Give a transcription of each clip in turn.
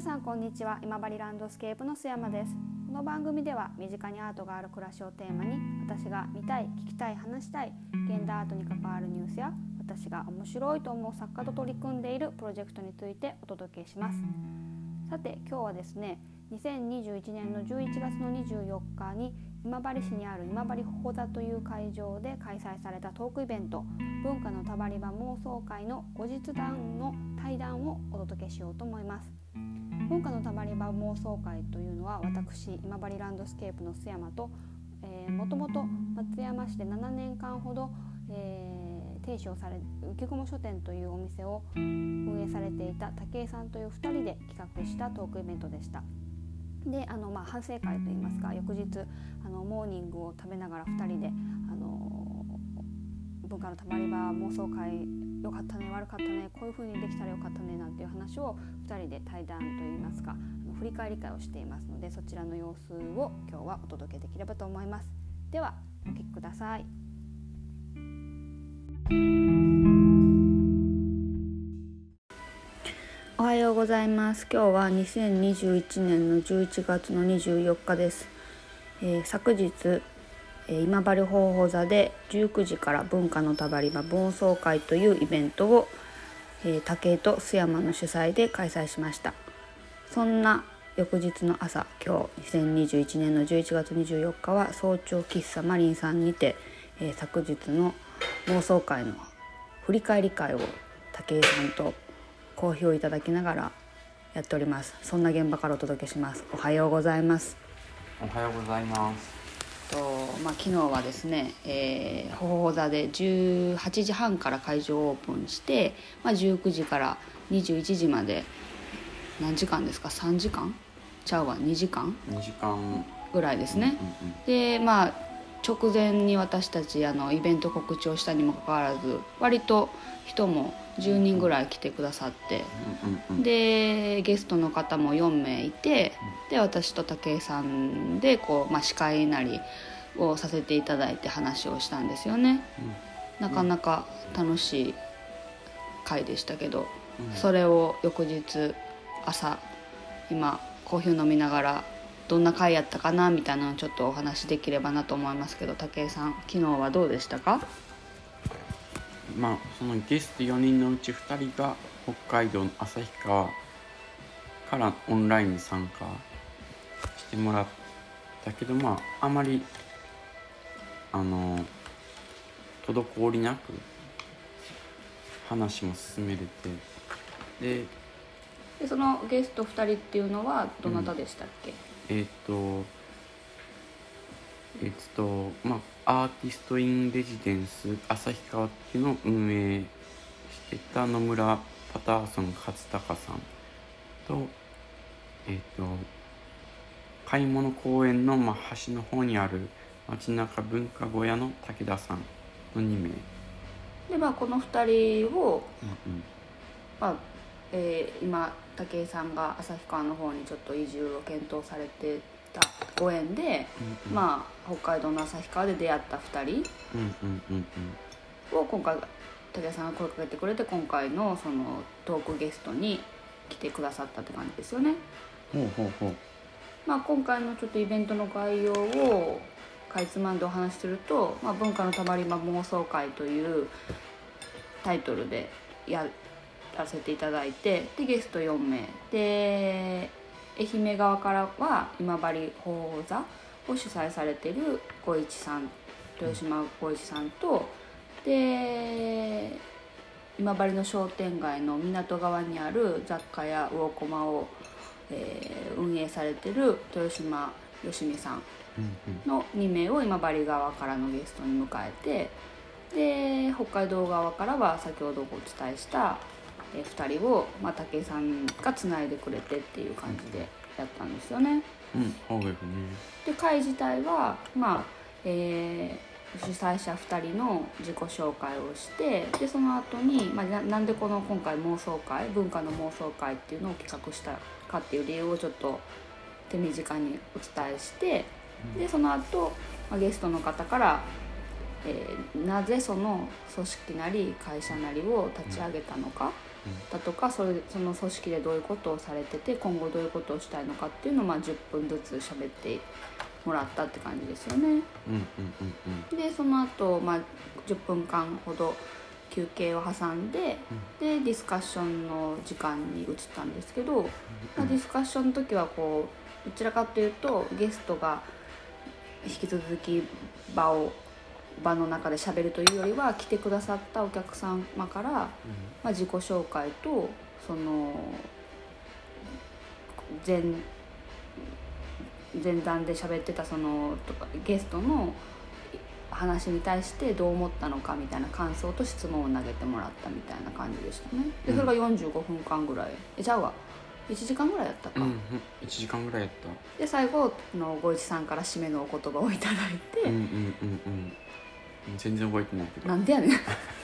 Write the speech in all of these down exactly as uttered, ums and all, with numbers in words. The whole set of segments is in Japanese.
さんこんにちは。今治ランドスケープの須山です。この番組では身近にアートがある暮らしをテーマに、私が見たい、聞きたい、話したい現代アートに関わるニュースや、私が面白いと思う作家と取り組んでいるプロジェクトについてお届けします。さて今日はですね、にせんにじゅういちねんのじゅういちがつのにじゅうよっかに今治市にある今治ほ座という会場で開催されたトークイベント、文化のたまり場妄想会の後日談の対談をお届けしようと思います。文化のたまり場妄想会というのは、私今治ランドスケープの須山と、えー、もともと松山市でななねんかんほど、えー、提唱され浮雲書店というお店を運営されていた武井さんというふたりで企画したトークイベントでした。であの、まあ、反省会といいますか、翌日あのモーニングを食べながらふたりであの文化のたまり場妄想会良かったね、悪かったね、こういう風にできたらよかったねなんていう話をふたりで対談といいますか、あの振り返り会をしていますので、そちらの様子を今日はお届けできればと思います。ではお聞きください。おはようございます。今日はにせんにじゅういちねんのじゅういちがつのにじゅうよっかです。えー、昨日今治ほう座でじゅうくじから文化のたまり場妄想会というイベントを、えー、武井と須山の主催で開催しました。そんな翌日の朝、今日にせんにじゅういちねんのじゅういちがつにじゅうよっかは早朝喫茶マリンさんにて、えー、昨日の妄想会の振り返り会を武井さんとコーヒーをいただきながらやっております。そんな現場からお届けします。おはようございます。 おはようございます。 とまあ、昨日はですね、えー、ほほ座でじゅうはちじはんから会場をオープンして、まあ、じゅうくじからにじゅういちじまで何時間ですか、さんじかんちゃうわにじかんにじかんぐらいですね、 うんうんうん、 でまあ直前に私たちあのイベント告知をしたにもかかわらず、割と人もじゅうにんぐらい来てくださって、 うんうんうん、 でゲストの方もよんめいいて、で私と武井さんでこう、まあ、司会なりをさせていただいて話をしたんですよね、うん、なかなか楽しい会でしたけど、うん、それを翌日朝今コーヒーを飲みながらどんな会やったかなみたいなのをちょっとお話しできればなと思いますけど、武井さん昨日はどうでしたか？ まあそのゲストよにんのうちふたりが北海道の旭川からオンラインに参加してもらったけど、まああまりあの滞りなく話も進めれて、ででそのゲストふたりっていうのはどなたでしたっけ？うんえっ、ー、とえっ、ー、とまあアーティストインレジデンス旭川っていうのを運営してた野村パターソン勝孝さんと、えっ、ー、と買い物公園の、まあ、端の方にある街中文化小屋の武田さんのにめいで、まあ、このふたりを、 うんうんまあえー、今武井さんが旭川の方にちょっと移住を検討されてたご縁で、うんうん、まあ、北海道の旭川で出会ったふたりを今回武井さんが声かけてくれて、今回のそのトークゲストに来てくださったって感じですよね。 ほうほうほう。 まあ、今回のちょっとイベントの概要をかいつまんでお話しすると、まあ、文化のたまり場妄想会というタイトルでやらせていただいて、でゲストよんめいで、愛媛側からは今治ほう座を主催されている小市さん、豊島小市さんと、で今治の商店街の港側にある雑貨屋魚駒を、えー、運営されている豊島よしみさんのにめいを今治側からのゲストに迎えて、で北海道側からは先ほどお伝えしたふたりを、まあ、武井さんがつないでくれてっていう感じでやったんですよね。 うん、そうですね。 で会自体は、まあえー、主催者ふたりの自己紹介をして、でその後に、まあ、な, なんでこの今回妄想会文化の妄想会っていうのを企画したかっていう理由をちょっと手短にお伝えして、でその後、まあ、ゲストの方からえー、なぜその組織なり会社なりを立ち上げたのか、 だとか、それその組織でどういうことをされてて今後どういうことをしたいのかっていうのをまあじゅっぷんずつ喋ってもらったって感じですよね。 うんうんうんうんでその後、まあじゅっぷんかんほど休憩を挟んで、でディスカッションの時間に移ったんですけど、まあ、ディスカッションの時はこうどちらかというとゲストが引き続き場を場の中で喋るというよりは来てくださったお客様から、まあ、自己紹介とその前前段で喋ってたそのゲストの話に対してどう思ったのかみたいな感想と質問を投げてもらったみたいな感じでしたね。でそれがよんじゅうごふんかんぐらい、えじゃあわいちじかんぐらいやったか、 うんうん、いちじかんぐらいやった。 で最後のごいちさんから締めのお言葉をいただいて、 うんうんうんうん全然覚えてないけど、 なんでやねん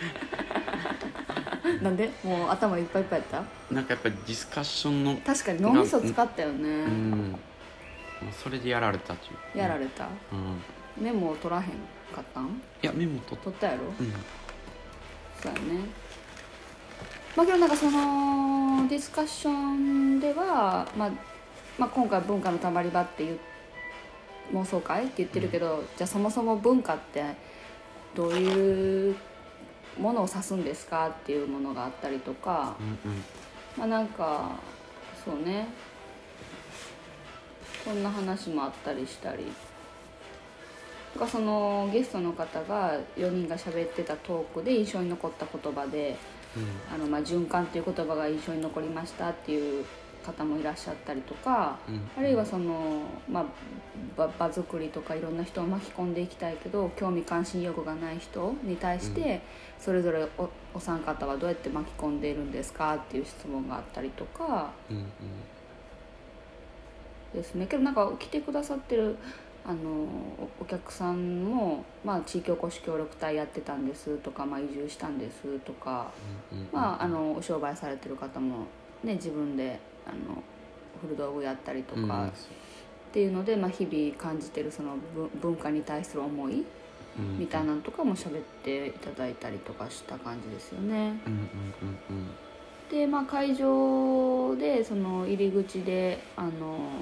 なんでもう頭いっぱいいっぱいやっなんかやっぱりディスカッションのた。確かに脳みそ使ったよね。 うんそれでやられたっていう、 やられた、 うん、 メモを取らへんかったん？ いやメモ取っ取ったやろ、 うんそうやね。まあけどなんかそのディスカッションでは、まあ、まあ今回文化のたまり場っていう妄想会って言ってるけど、うん、じゃあそもそも文化ってどういうものを指すんですかっていうものがあったりとか、 うんうん、 まあなんかそうね、そんな話もあったりしたりとか、そのゲストの方がよにんが喋ってたトークで印象に残った言葉で、うん、あのまあ循環っていう言葉が印象に残りましたっていう方もいらっしゃったりとか、うん、あるいはその、まあ、場, 場作りとかいろんな人を巻き込んでいきたいけど興味関心欲がない人に対して、うん、それぞれ お, お三方はどうやって巻き込んでいるんですかっていう質問があったりとか、うんうん、ですね。けどなんか来てくださってるあの お, お客さんも、まあ、地域おこし協力隊やってたんですとか、まあ、移住したんですとか、うんうんうん、まあ、あのお商売されてる方も、ね、自分であの古道具やったりとかっていうので、うんまあ、日々感じてるその文化に対する思いみたいなのとかも喋っていただいたりとかした感じですよね。うんうんうんうん、で、まあ、会場でその入り口であの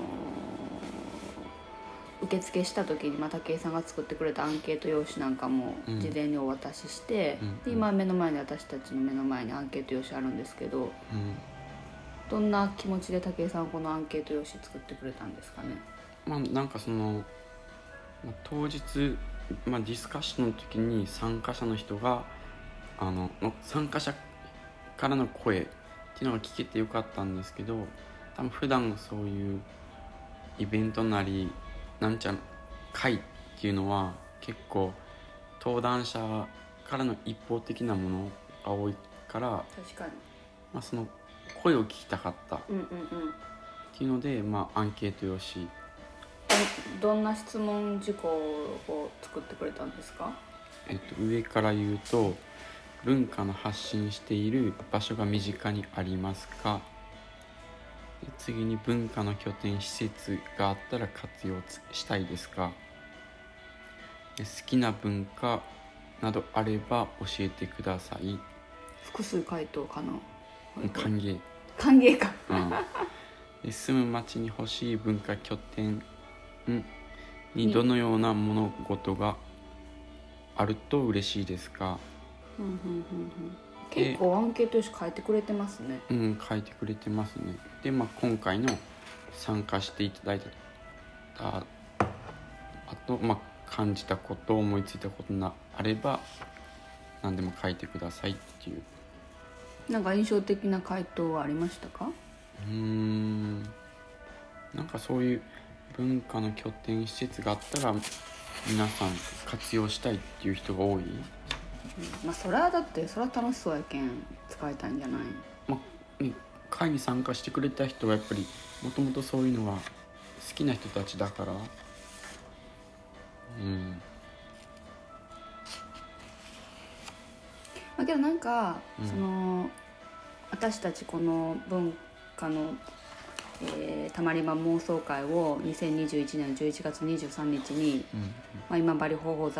受付した時に、まあ、武井さんが作ってくれたアンケート用紙なんかも事前にお渡しして、うん、で今目の前に私たちの目の前にアンケート用紙あるんですけど、うん、どんな気持ちで武井さんはこのアンケート用紙作ってくれたんですかね。 まあなんかその、まあ、当日、まあ、ディスカッションの時に参加者の人があの参加者からの声っていうのが聞けてよかったんですけど、多分普段そういうイベントなりなんちゃん会っていうのは結構登壇者からの一方的なものが多いから、 確かに、 まあ、その声を聞きたかったっていうので、うんうんうんまあ、アンケート用紙ど, どんな質問事項を作ってくれたんですか。 えっと、上から言うと、文化の発信している場所が身近にありますか。で次に、文化の拠点施設があったら活用したいですか。で好きな文化などあれば教えてください。 複数回答かな。 歓迎歓迎か、 うん、で住む町に欲しい文化拠点にどのような物事があると嬉しいですか。 うんうんうんうん、結構アンケート用紙書いてくれてますね。 うん書いてくれてますね。で、まあ、今回の参加していただいたあと、まあ、感じたこと思いついたことがあれば何でも書いてくださいっていう。 なんか印象的な回答はありましたか。 うーんなんかそういう文化の拠点施設があったら皆さん活用したいっていう人が多い。 まあそれはだってそれは楽しそうやけん使いたいんじゃない。 まあね、会に参加してくれた人はやっぱりもともとそういうのが好きな人たちだから、うんまあ、けどなんか、うん、その私たちこの文化の、えー、たまり場妄想会をにせんにじゅういちねんじゅういちがつにじゅうさんにちに、うんうんまあ、今治芳法座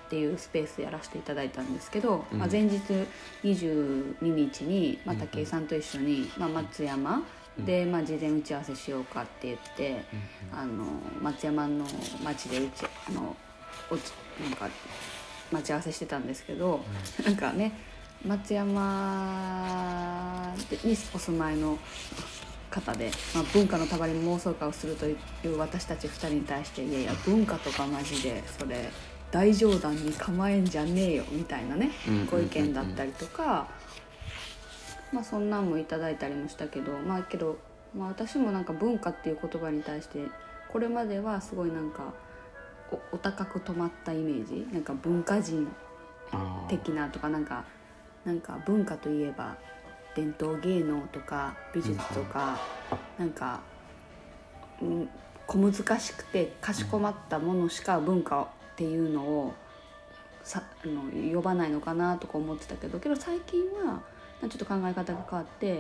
っていうスペースやらせていただいたんですけど、 うんまあ、前日にじゅうににちに、まあ、武井さんと一緒に、まあ、松山で、まあ、事前打ち合わせしようかって言って、あの松山の町で打ちあのおちなんか待ち合わせしてたんですけど、うん、なんかね松山にお住まいの方で、まあ、文化のたまり妄想会をするという私たちふたりに対していやいや文化とかマジでそれ大冗談に構えんじゃねえよみたいなねご意見だったりとか、まあ、そんなんもいただいたりもしたけど、まあけど、まあ、私もなんか文化っていう言葉に対してこれまではすごいなんか お, お高く止まったイメージなんか文化人的なとかなんかなんか文化といえば伝統芸能とか美術とか、うん、なんか、うん、小難しくてかしこまったものしか文化っていうのをさあの呼ばないのかなとか思ってたけどけど最近はちょっと考え方が変わって、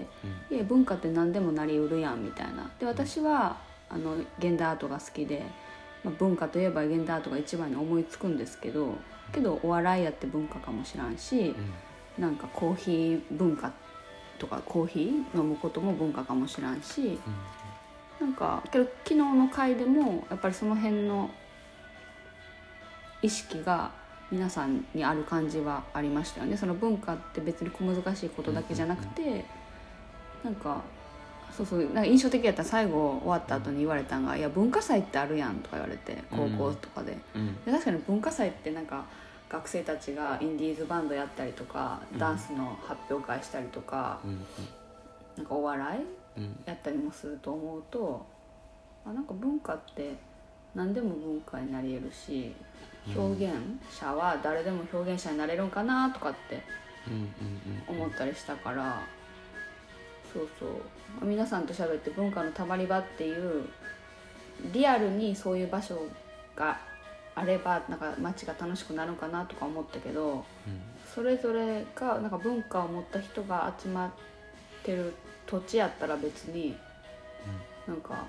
うん、いや文化って何でもなりうるやんみたいなで私はあの現代アートが好きで、まあ、文化といえば現代アートが一番に思いつくんですけどけどお笑いやって文化かもしらんし、うん、なんかコーヒー文化とかコーヒー飲むことも文化かもしらんし、うん、なんかけど昨日の回でもやっぱりその辺の意識が皆さんにある感じはありましたよね。その文化って別に小難しいことだけじゃなくて、うんうんうん、なんかそうそうなんか印象的やったら最後終わった後に言われたのが「いや文化祭ってあるやん」とか言われて高校とかで、うんうん、で確かに文化祭ってなんか学生たちがインディーズバンドやったりとか、うん、ダンスの発表会したりとか、うん、なんかお笑いやったりもすると思うと、あなんか文化って何でも文化になり得るし表現者は誰でも表現者になれるんかなとかって思ったりしたから、そうそう皆さんと喋って文化のたまり場っていうリアルにそういう場所があればなんか街が楽しくなるかなとか思ったけど、うん、それぞれがなんか文化を持った人が集まってる土地やったら別に、うん、なんか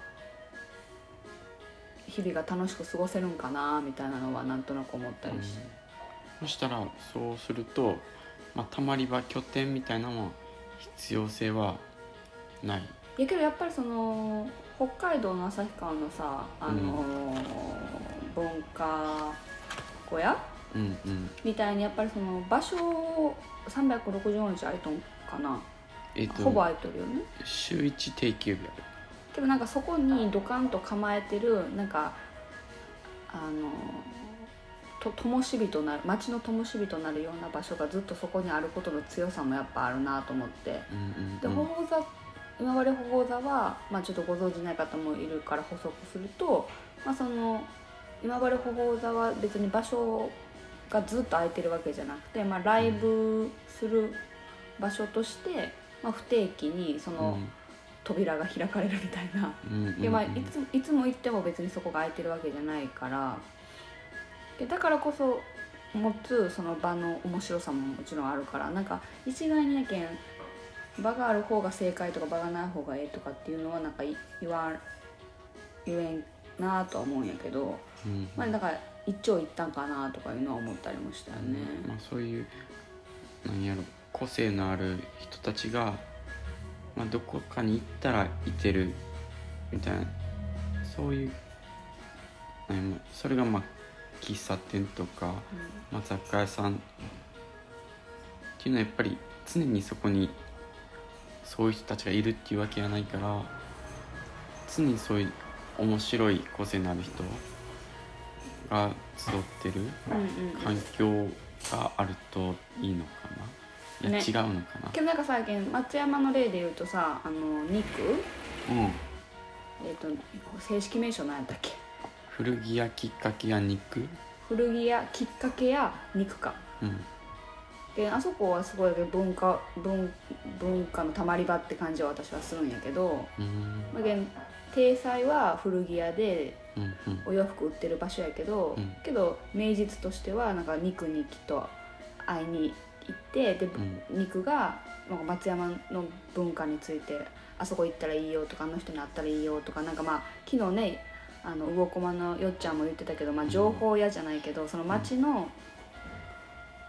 日々が楽しく過ごせるんかなみたいなのはなんとなく思ったりして、 うん、そしたらそうすると、まあ、たまり場拠点みたいなのは必要性はない。 いやけどやっぱりその北海道の旭川のさあの、うん、文化小屋、うんうん、みたいにやっぱりその場所さんびゃくろくじゅうごにち空いとんかな、えーと、ほぼ空いとるよね。 週いち定休日あるけどなんかそこにドカンと構えてるなんかあのと灯火となる街の灯火となるような場所がずっとそこにあることの強さもやっぱあるなと思って、うんうんうん、で鳳凰座今治鳳凰座は、まあ、ちょっとご存じない方もいるから補足すると、まあ、その今治鳳凰座は別に場所がずっと空いてるわけじゃなくて、まあ、ライブする場所として、まあ、不定期にその、うん扉が開かれるみたいな、うんうんうん、でまあ、いつ、いつも行っても別にそこが空いてるわけじゃないからでだからこそ持つその場の面白さももちろんあるからなんか一概にやけん場がある方が正解とか場がない方がええとかっていうのはなんか言わ言えんなとは思うんやけど、うんうんまあ、だから一長一短かなとかいうのは思ったりもしたよね、 うんまあ、そういうなんやろ個性のある人たちがまあ、どこかに行ったらいてるみたいなそういうそれがまあ喫茶店とか、うんまあ、雑貨屋さんっていうのはやっぱり常にそこにそういう人たちがいるっていうわけじゃないから常にそういう面白い個性のある人が集ってる環境があるといいのかな。いや、ね、違うのかな。 けどなんか最近松山の例で言うとさあの肉、うんえー、と正式名称何やったっけ。 古着屋きっかけや肉古着屋きっかけや肉か、うん、であそこはすごい文化 文, 文化のたまり場って感じは私はするんやけど、うんまあ、体裁は古着屋でお洋服売ってる場所やけど、うん、けど名実としてはなんか肉にきっと会いに行ってで、うん、肉が松山の文化についてあそこ行ったらいいよとかあの人に会ったらいいよとかなんかまあ昨日ねあの魚駒のよっちゃんも言ってたけど、まあ、情報屋じゃないけどその町の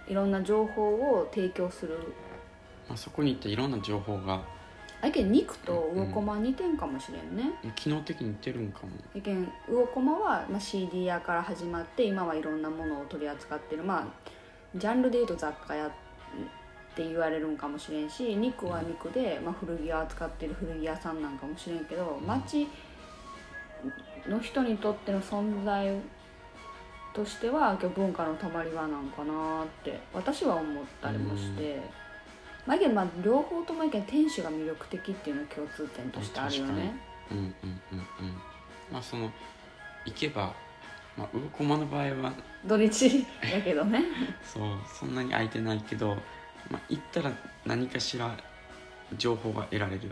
いろんな情報を提供する。 まあ、そこに行ったいろんな情報があけん肉と魚駒似てんかもしれんね。 機能的に似てるんかも。 あけん魚駒は、まあ、シーディー 屋から始まって今はいろんなものを取り扱ってる、まあジャンルでいうと雑貨屋って言われるんかもしれんし、肉は肉で、まあ、古着屋扱ってる古着屋さんなんかもしれんけど、町の人にとっての存在としては今日文化のたまり場なんかなって私は思ったりもして、まあ、まあ両方ともいけん店主が魅力的っていうのが共通点としてあるよね。 うんうんうんうん。まあその行けば、まあ、魚駒の場合は土日やけどねそうそんなに空いてないけど、まあ、行ったら何かしら情報が得られる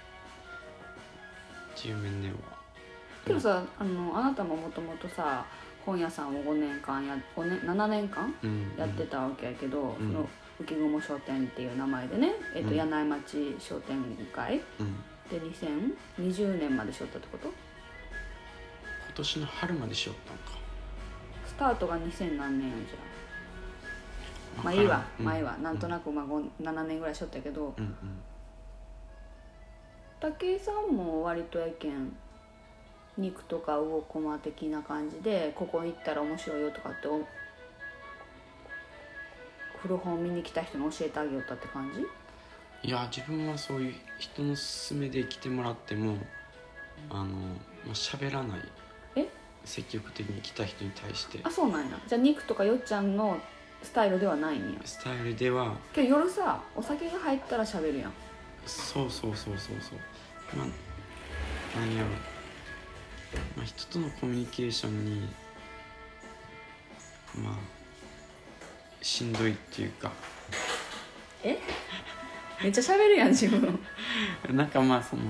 っていう面では。 けどさ、あのあなたももともとさ本屋さんをごねんかんやごねんななねんかんやってたわけやけど、うん、その浮雲商店っていう名前でね、えーとうん、柳井町商店会、うん、でにせんにじゅうねんまでしよったってこと？ 今年の春までしよったんか。 スタートがにせん何年やんじゃん。まあいいわ、うん、まあいいわ、なんとなくまあななねんぐらいしよったけど、うんうん、武井さんも割とやけん肉とか魚駒的な感じでここ行ったら面白いよとかって古本見に来た人に教えてあげよったって感じ？ いや自分はそういう人の勧めで来てもらっても、うん、あの、まあ、喋らない。 え？ 積極的に来た人に対して。 あ、そうなんや。じゃあ肉とかよっちゃんのスタイルではないんや。 スタイルではけど夜さお酒が入ったら喋るやん。 そうそうそうそうそう。まあ何やろ、まあ、人とのコミュニケーションにまあしんどいっていうか。 えめっちゃ喋るやん自分なんかまあその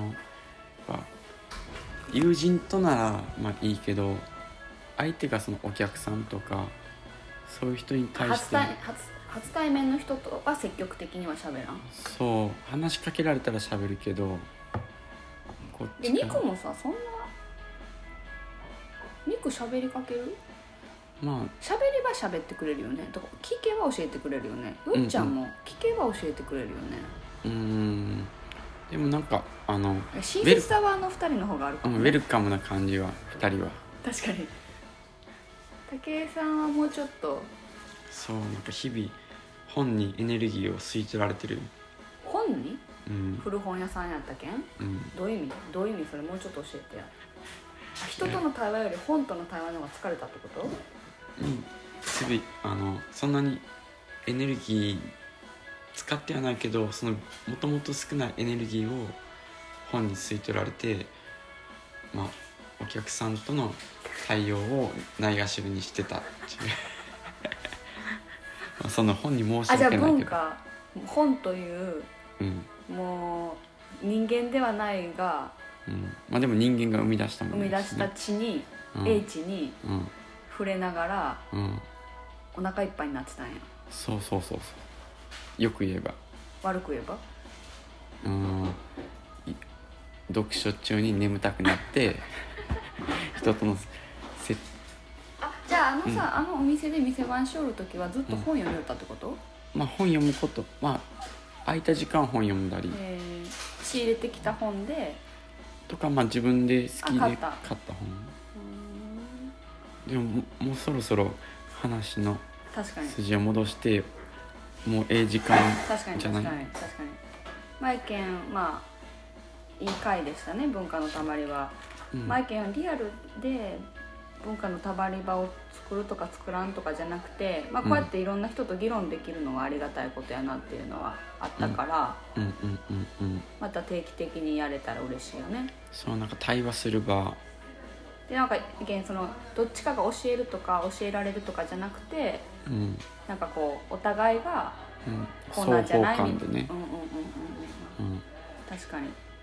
友人とならまあいいけど相手がそのお客さんとかそういう人に対して初, 初, 初対面の人とは積極的には喋らん。 そう話しかけられたら喋るけどこっちで肉もさそんな肉喋りかける？まあ喋れば喋ってくれるよね。とか聞けば教えてくれるよね。よっちゃんも聞けば教えてくれるよね。 うん、うん、でもなんかあの親切さはあのふたりの方があるかも、ね、 ウェルカムな感じはふたりは確かに。武井さんはもうちょっとそうなんか日々本にエネルギーを吸い取られてる。 本に？ うん、 古本屋さんやったけん、 うん、 どういう意味？どういう意味それもうちょっと教えてや。人との対話より本との対話の方が疲れたってこと？ うん、日々あのそんなにエネルギー使ってはないけどそのもともと少ないエネルギーを本に吸い取られて、まあ、お客さんとの対応をないがしろにしてたっていうその本に申し訳ないけど。あ、じゃあ文化本という、うん、もう人間ではないが、 うんまあ、でも人間が生み出したものですね。生み出した地に、うん、英知に、うん触れながら、うん、お腹いっぱいになってたんや。 そうそうそうそうよく言えば。 悪く言えばうん読書中に眠たくなって人とのせあじゃああのさ、うん、あのお店で店番しおるときはずっと本読みよったってこと？ うん、まあ本読むことまあ空いた時間本読んだり仕入れてきた本でとかまあ自分で好きで買った本。でももうそろそろ話の筋を戻してもうええ時間じゃない？確かに確かに確かに。マイケンまあいい回でしたね文化のたまり場、うん、マイケンはリアルで文化のたまり場を作るとか作らんとかじゃなくて、まあ、こうやっていろんな人と議論できるのはありがたいことやなっていうのはあったから、うんうんうんうん、また定期的にやれたら嬉しいよね。 そうなんか対話する場でなんかそのどっちかが教えるとか教えられるとかじゃなくて、うん、なんかこうお互いがこんなんじゃないみたいな、うんうんうんうんうん、確かに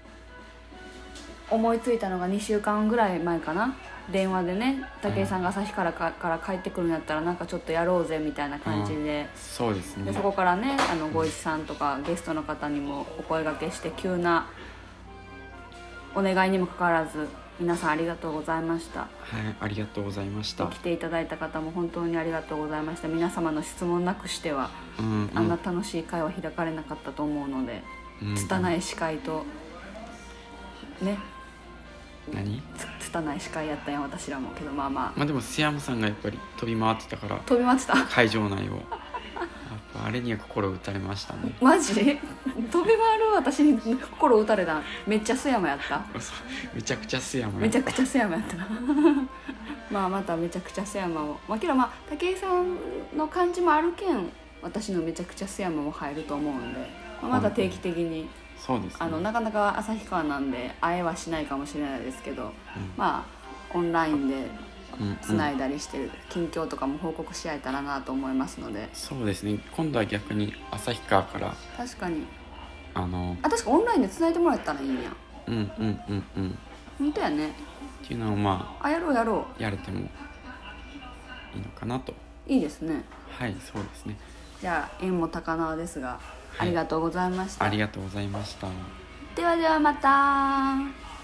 思いついたのがにしゅうかんぐらい前かな。電話でね武井さんが旭川からから帰ってくるんやったらなんかちょっとやろうぜみたいな感じで、うん、 そうですね。 でそこからねあのご一さんとかゲストの方にもお声掛けして急なお願いにもかかわらず皆さんありがとうございました。 はい、ありがとうございました。 来ていただいた方も本当にありがとうございました。皆様の質問なくしては、 うんうん、 あんな楽しい会は開かれなかったと思うので、 うんうん、 拙い司会とね、 何つ拙い司会やったんや私らもけど、まあまあまあでも須山さんがやっぱり飛び回ってたから飛び回ってた会場内をやっぱあれには心打たれましたね。 マジ飛び回る私に心打たれた。めっちゃ須山やっためちゃくちゃ須山やっためちゃくちゃ須山やったなまあまためちゃくちゃ須山をまあけどまあ武井さんの感じもあるけん私のめちゃくちゃ須山も入ると思うんで、まあ、また定期的に、 そうですね、 あのなかなか旭川なんで会えはしないかもしれないですけど、うん、まあオンラインでつないだりしてる近況とかも報告し合えたらなと思いますので。 そうですね、今度は逆に旭川から確かにあのあ確かオンラインでつないでもらったらいいんや。 うんうんうんうん本当やねっていうのをまああやろうやろうやれてもいいのかなと。 いいですね。 はい、そうですね。 じゃあ縁も高輪ですが、はい、ありがとうございました。 ありがとうございました。 ではではまた。